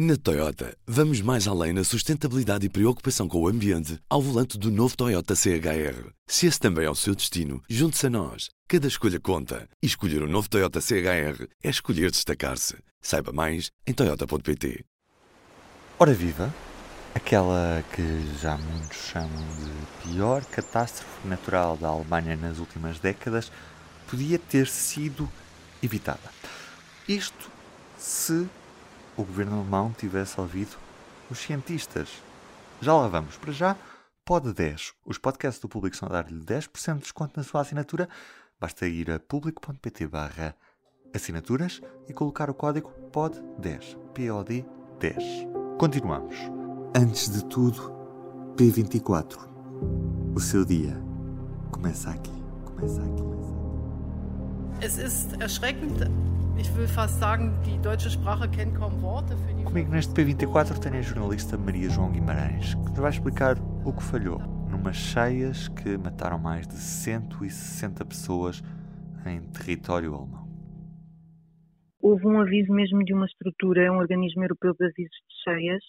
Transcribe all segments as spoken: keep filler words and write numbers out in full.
Na Toyota, vamos mais além na sustentabilidade e preocupação com o ambiente ao volante do novo Toyota C H R. Se esse também é o seu destino, junte-se a nós. Cada escolha conta. E escolher o novo Toyota C H R é escolher destacar-se. Saiba mais em toyota ponto pt. Ora viva! Aquela que já muitos chamam de pior catástrofe natural da Alemanha nas últimas décadas podia ter sido evitada. Isto se o governo alemão tivesse ouvido os cientistas. Já lá vamos. Para já, Pod dez. Os podcasts do Público estão a dar-lhe dez por cento de desconto na sua assinatura. Basta ir a público.pt barra assinaturas e colocar o código P O D dez. P O D dez. Continuamos. Antes de tudo, P vinte e quatro. O seu dia começa aqui. Começa aqui. Es ist erschreckend. Ich will fast sagen, die deutsche Sprache kennt kaum Worte für die... Comigo neste P vinte e quatro tenho a jornalista Maria João Guimarães, que nos vai explicar o que falhou numas cheias que mataram mais de cento e sessenta pessoas em território alemão. Houve um aviso mesmo de uma estrutura, um organismo europeu de avisos de cheias,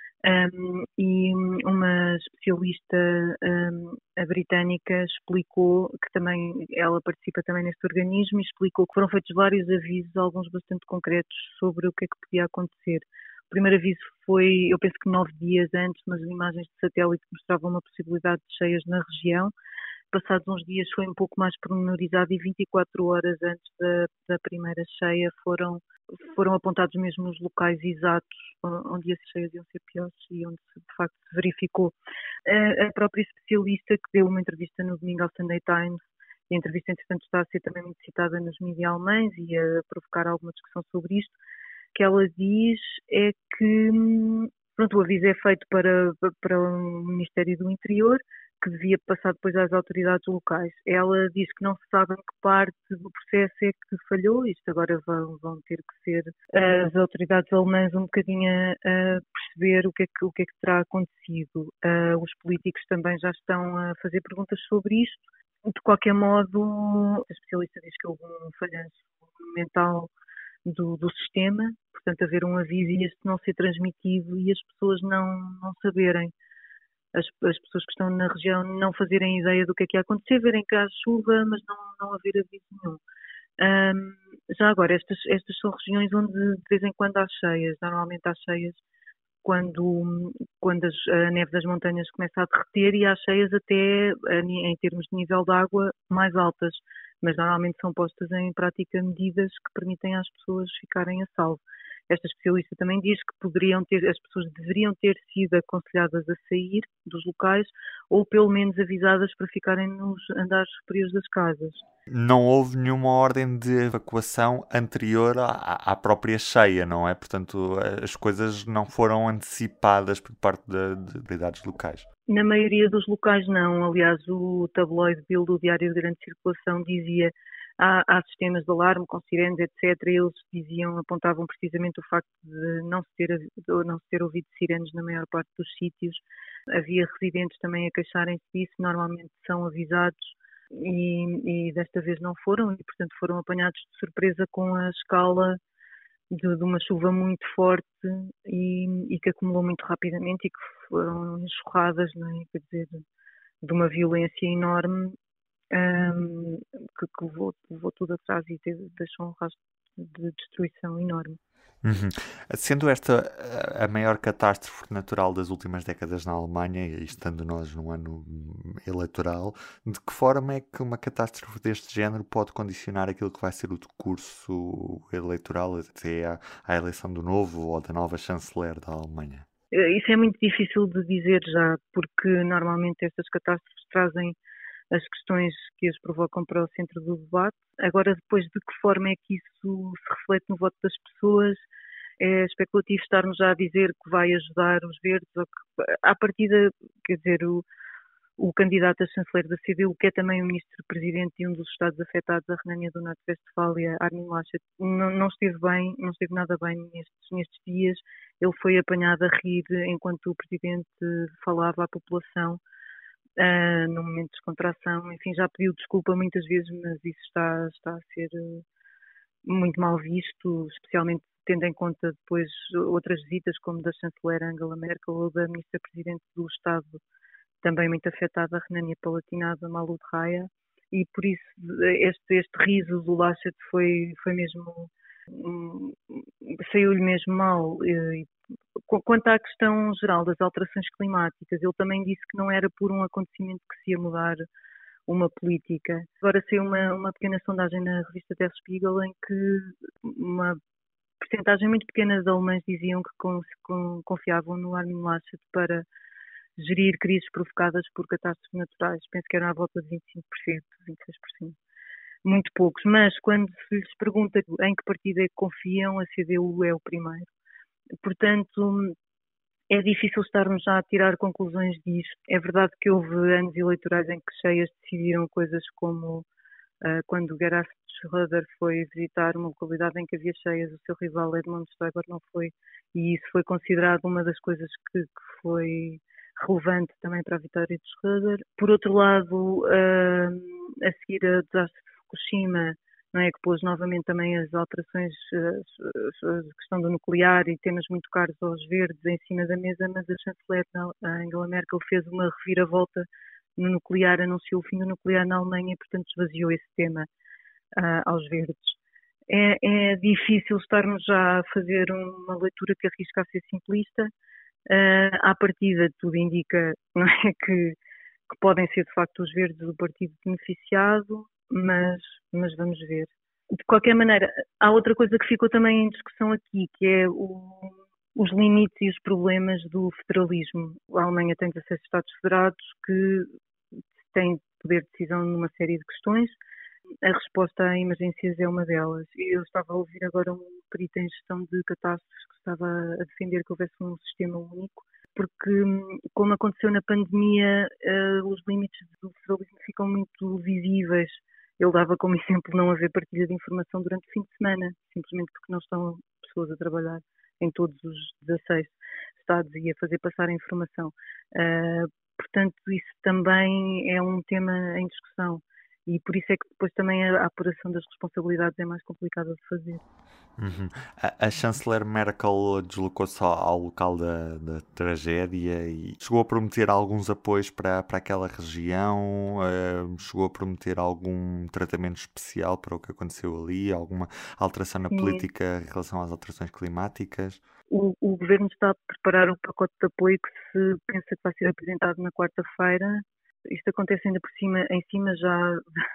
um, e uma especialista um, a britânica explicou, que também ela participa também neste organismo, e explicou que foram feitos vários avisos, alguns bastante concretos, sobre o que é que podia acontecer. O primeiro aviso foi, eu penso que nove dias antes, mas imagens de satélite mostravam uma possibilidade de cheias na região. Passados uns dias foi um pouco mais pormenorizado e vinte e quatro horas antes da, da primeira cheia foram, foram apontados mesmo os locais exatos onde as cheias iam ser piores e onde de facto se verificou. A, a própria especialista que deu uma entrevista no domingo ao Sunday Times, e a entrevista entretanto está a ser também muito citada nos mídias alemães e a provocar alguma discussão sobre isto, que ela diz é que pronto, o aviso é feito para, para o Ministério do Interior, que devia passar depois às autoridades locais. Ela diz que não se sabe em que parte do processo é que falhou, isto agora vão, vão ter que ser as autoridades alemãs um bocadinho a, a perceber o que, é que, o que é que terá acontecido. Uh, os políticos também já estão a fazer perguntas sobre isto. De qualquer modo, a especialista diz que houve um falhanço mental do, do sistema, portanto haver um aviso e este não ser transmitido e as pessoas não, não saberem. As, as pessoas que estão na região não fazerem ideia do que é que ia acontecer, verem que há chuva, mas não, não haver aviso nenhum. Um, já agora, estas, estas são regiões onde de vez em quando há cheias, normalmente há cheias quando, quando as, a neve das montanhas começa a derreter e há cheias até em termos de nível de água mais altas, mas normalmente são postas em prática medidas que permitem às pessoas ficarem a salvo. Esta especialista também diz que poderiam ter, as pessoas deveriam ter sido aconselhadas a sair dos locais ou pelo menos avisadas para ficarem nos andares superiores das casas. Não houve nenhuma ordem de evacuação anterior à, à própria cheia, não é? Portanto, as coisas não foram antecipadas por parte de, de autoridades locais. Na maioria dos locais não. Aliás, o tabloide Bild, o diário de grande circulação, dizia Há, há sistemas de alarme com sirenes, etcétera. Eles diziam, apontavam precisamente o facto de não se ter, de não se ter ouvido sirenes na maior parte dos sítios. Havia residentes também a queixarem-se disso, normalmente são avisados e, e desta vez não foram e, portanto, foram apanhados de surpresa com a escala de, de uma chuva muito forte e, e que acumulou muito rapidamente e que foram enxurradas, não é? Quer dizer, de uma violência enorme. Um, que, que levou, levou tudo atrás e deixou um rastro de destruição enorme. Uhum. Sendo esta a maior catástrofe natural das últimas décadas na Alemanha, e estando nós num ano eleitoral, de que forma é que uma catástrofe deste género pode condicionar aquilo que vai ser o decurso eleitoral até à, à eleição do novo ou da nova chanceler da Alemanha? Isso é muito difícil de dizer já, porque normalmente estas catástrofes trazem as questões que as provocam para o centro do debate. Agora, depois, de que forma é que isso se reflete no voto das pessoas? É especulativo estarmos já a dizer que vai ajudar os verdes, ou que, à partida, quer dizer, o, o candidato a chanceler da C D U, que é também o ministro-presidente de um dos estados afetados, a Renânia do Norte-Westfália, Armin Laschet, não, não esteve bem, não esteve nada bem nestes, nestes dias. Ele foi apanhado a rir enquanto o presidente falava à população, Uh, num momento de descontração. Enfim, já pediu desculpa muitas vezes, mas isso está, está a ser uh, muito mal visto, especialmente tendo em conta depois outras visitas como da chanceler Angela Merkel ou da ministra-presidente do Estado, também muito afetada, a Renânia-Palatinada, Malude Raya, e por isso este, este riso do Laschet foi, foi mesmo, um, saiu-lhe mesmo mal. E, quanto à questão geral das alterações climáticas, ele também disse que não era por um acontecimento que se ia mudar uma política. Agora saiu uma, uma pequena sondagem na revista Der Spiegel em que uma percentagem muito pequena de alemães diziam que con, con, confiavam no Armin Laschet para gerir crises provocadas por catástrofes naturais. Penso que eram à volta de vinte e cinco por cento, vinte e seis por cento. Muito poucos. Mas quando se lhes pergunta em que partido é que confiam, a C D U é o primeiro. Portanto, é difícil estarmos já a tirar conclusões disto. É verdade que houve anos eleitorais em que cheias decidiram coisas como uh, quando Gerhard Schröder foi visitar uma localidade em que havia cheias, o seu rival Edmund Stoiber não foi, e isso foi considerado uma das coisas que, que foi relevante também para a vitória de Schröder. Por outro lado, uh, a seguir a desastre de Fukushima, não é, que pôs novamente também as alterações, a questão do nuclear e temas muito caros aos verdes em cima da mesa, mas a chanceler a Angela Merkel fez uma reviravolta no nuclear, anunciou o fim do nuclear na Alemanha e, portanto, esvaziou esse tema uh, aos verdes. É, é difícil estarmos já a fazer uma leitura que arrisca a ser simplista. Uh, à partida, tudo indica, não é, que, que podem ser, de facto, os verdes o partido beneficiado, mas, mas vamos ver. De qualquer maneira, há outra coisa que ficou também em discussão aqui, que é o, os limites e os problemas do federalismo. A Alemanha tem dezasseis Estados federados que têm poder de decisão numa série de questões. A resposta a emergências é uma delas. Eu estava a ouvir agora um perito em gestão de catástrofes que estava a defender que houvesse um sistema único, porque, como aconteceu na pandemia, os limites do federalismo ficam muito visíveis. Ele dava como exemplo não haver partilha de informação durante o fim de semana, simplesmente porque não estão pessoas a trabalhar em todos os dezasseis estados e a fazer passar a informação. Uh, portanto, isso também é um tema em discussão. E por isso é que depois também a apuração das responsabilidades é mais complicada de fazer. Uhum. A, a chanceler Merkel deslocou-se ao, ao local da, da tragédia e chegou a prometer alguns apoios para, para aquela região, uh, chegou a prometer algum tratamento especial para o que aconteceu ali, alguma alteração na Sim. política em relação às alterações climáticas? O, o governo está a preparar um pacote de apoio que se pensa que vai ser apresentado na quarta-feira. Isto acontece ainda por cima, em cima já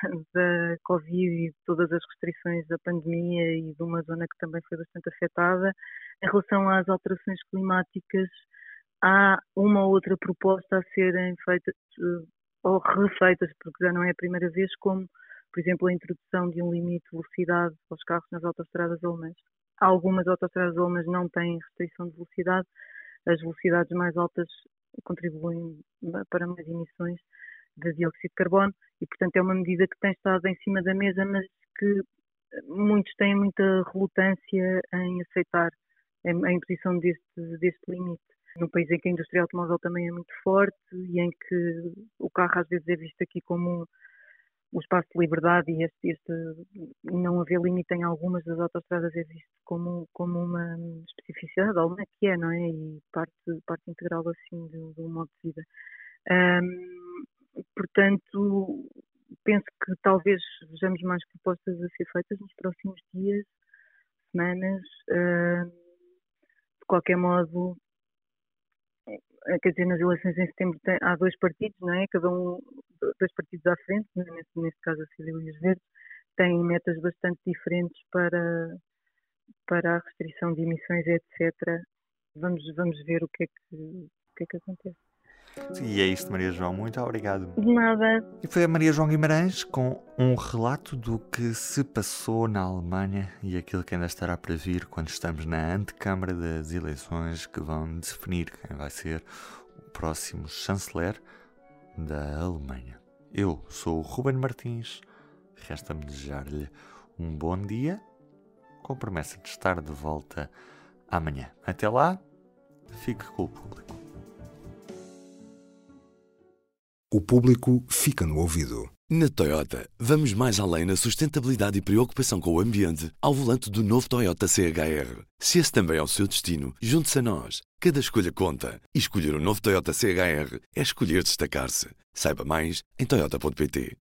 da Covid e de todas as restrições da pandemia e de uma zona que também foi bastante afetada. Em relação às alterações climáticas, há uma ou outra proposta a serem feitas ou refeitas, porque já não é a primeira vez, como, por exemplo, a introdução de um limite de velocidade aos carros nas autoestradas alemãs. Algumas autoestradas alemãs não têm restrição de velocidade, as velocidades mais altas contribuem para mais emissões de dióxido de carbono e, portanto, é uma medida que tem estado em cima da mesa, mas que muitos têm muita relutância em aceitar a imposição deste, deste limite. Num país em que a indústria automóvel também é muito forte e em que o carro às vezes é visto aqui como o espaço de liberdade e este, este não haver limite em algumas das autoestradas é visto como, como uma especificidade, alguma que é, não é? E parte, parte integral assim do, do modo de vida. Um, portanto, penso que talvez vejamos mais propostas a ser feitas nos próximos dias, semanas. Uh, de qualquer modo, quer dizer, nas eleições em setembro tem, há dois partidos, não é? Cada um, dois partidos à frente, neste, neste caso a C D U e os Verdes, têm metas bastante diferentes para, para a restrição de emissões, etcétera. Vamos, vamos ver o que é que, o que é que acontece. E é isto, Maria João. Muito obrigado. De nada. E foi a Maria João Guimarães com um relato do que se passou na Alemanha e aquilo que ainda estará para vir quando estamos na antecâmara das eleições que vão definir quem vai ser o próximo chanceler da Alemanha. Eu sou o Ruben Martins. Resta-me desejar-lhe um bom dia com promessa de estar de volta amanhã. Até lá, fique com o público. O público fica no ouvido. Na Toyota, vamos mais além na sustentabilidade e preocupação com o ambiente ao volante do novo Toyota C H R. Se esse também é o seu destino, junte-se a nós. Cada escolha conta. E escolher o novo Toyota C H R é escolher destacar-se. Saiba mais em toyota ponto pt.